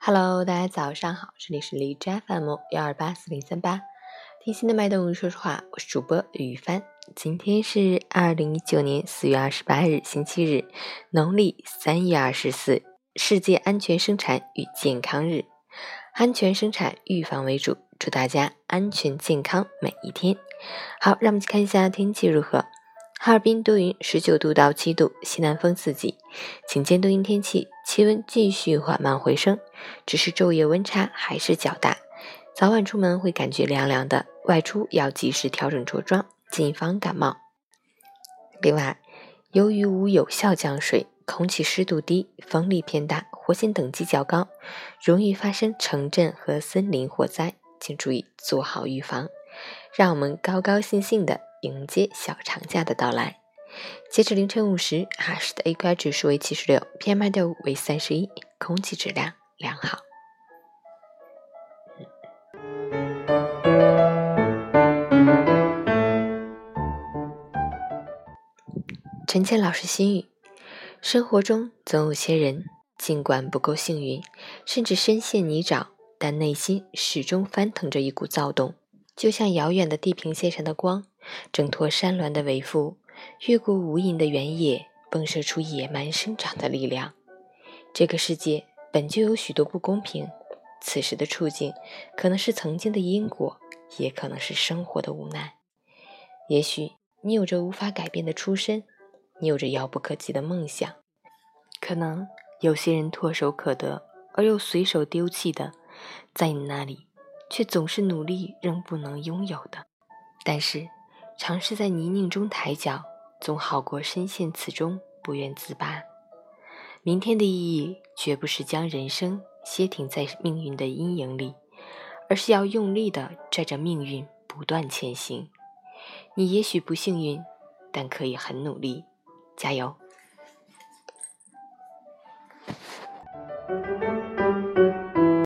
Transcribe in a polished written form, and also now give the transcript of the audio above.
Hello，大家早上好，这里是荔枝 FM1284038，听心的脉动说说话，我是主播雨帆。今天是2019年4月28日，星期日，农历3月24，世界安全生产与健康日。安全生产，预防为主，祝大家安全健康每一天。好，让我们去看一下天气如何。哈尔滨多云，19度到7度，西南风4级。晴间多云天气，气温继续缓慢回升，只是昼夜温差还是较大，早晚出门会感觉凉凉的，外出要及时调整着装，谨防感冒。另外，由于无有效降水，空气湿度低，风力偏大，火险等级较高，容易发生城镇和森林火灾，请注意做好预防。让我们高高兴兴地迎接小长假的到来。截至凌晨5时，哈市的 AQI 指数为76， PM2.5 为31，空气质量良好。陈倩老师心语：生活中总有些人，尽管不够幸运，甚至深陷泥沼，但内心始终翻腾着一股躁动，就像遥远的地平线上的光，挣脱山峦的围缚，越过无垠的原野，迸射出野蛮生长的力量。这个世界本就有许多不公平，此时的处境可能是曾经的因果，也可能是生活的无奈。也许你有着无法改变的出身，你有着遥不可及的梦想，可能有些人唾手可得而又随手丢弃的，在你那里却总是努力仍不能拥有的。但是尝试在泥泞中抬脚，总好过深陷此中不愿自拔。明天的意义绝不是将人生歇停在命运的阴影里，而是要用力地拽着命运不断前行。你也许不幸运，但可以很努力，加油！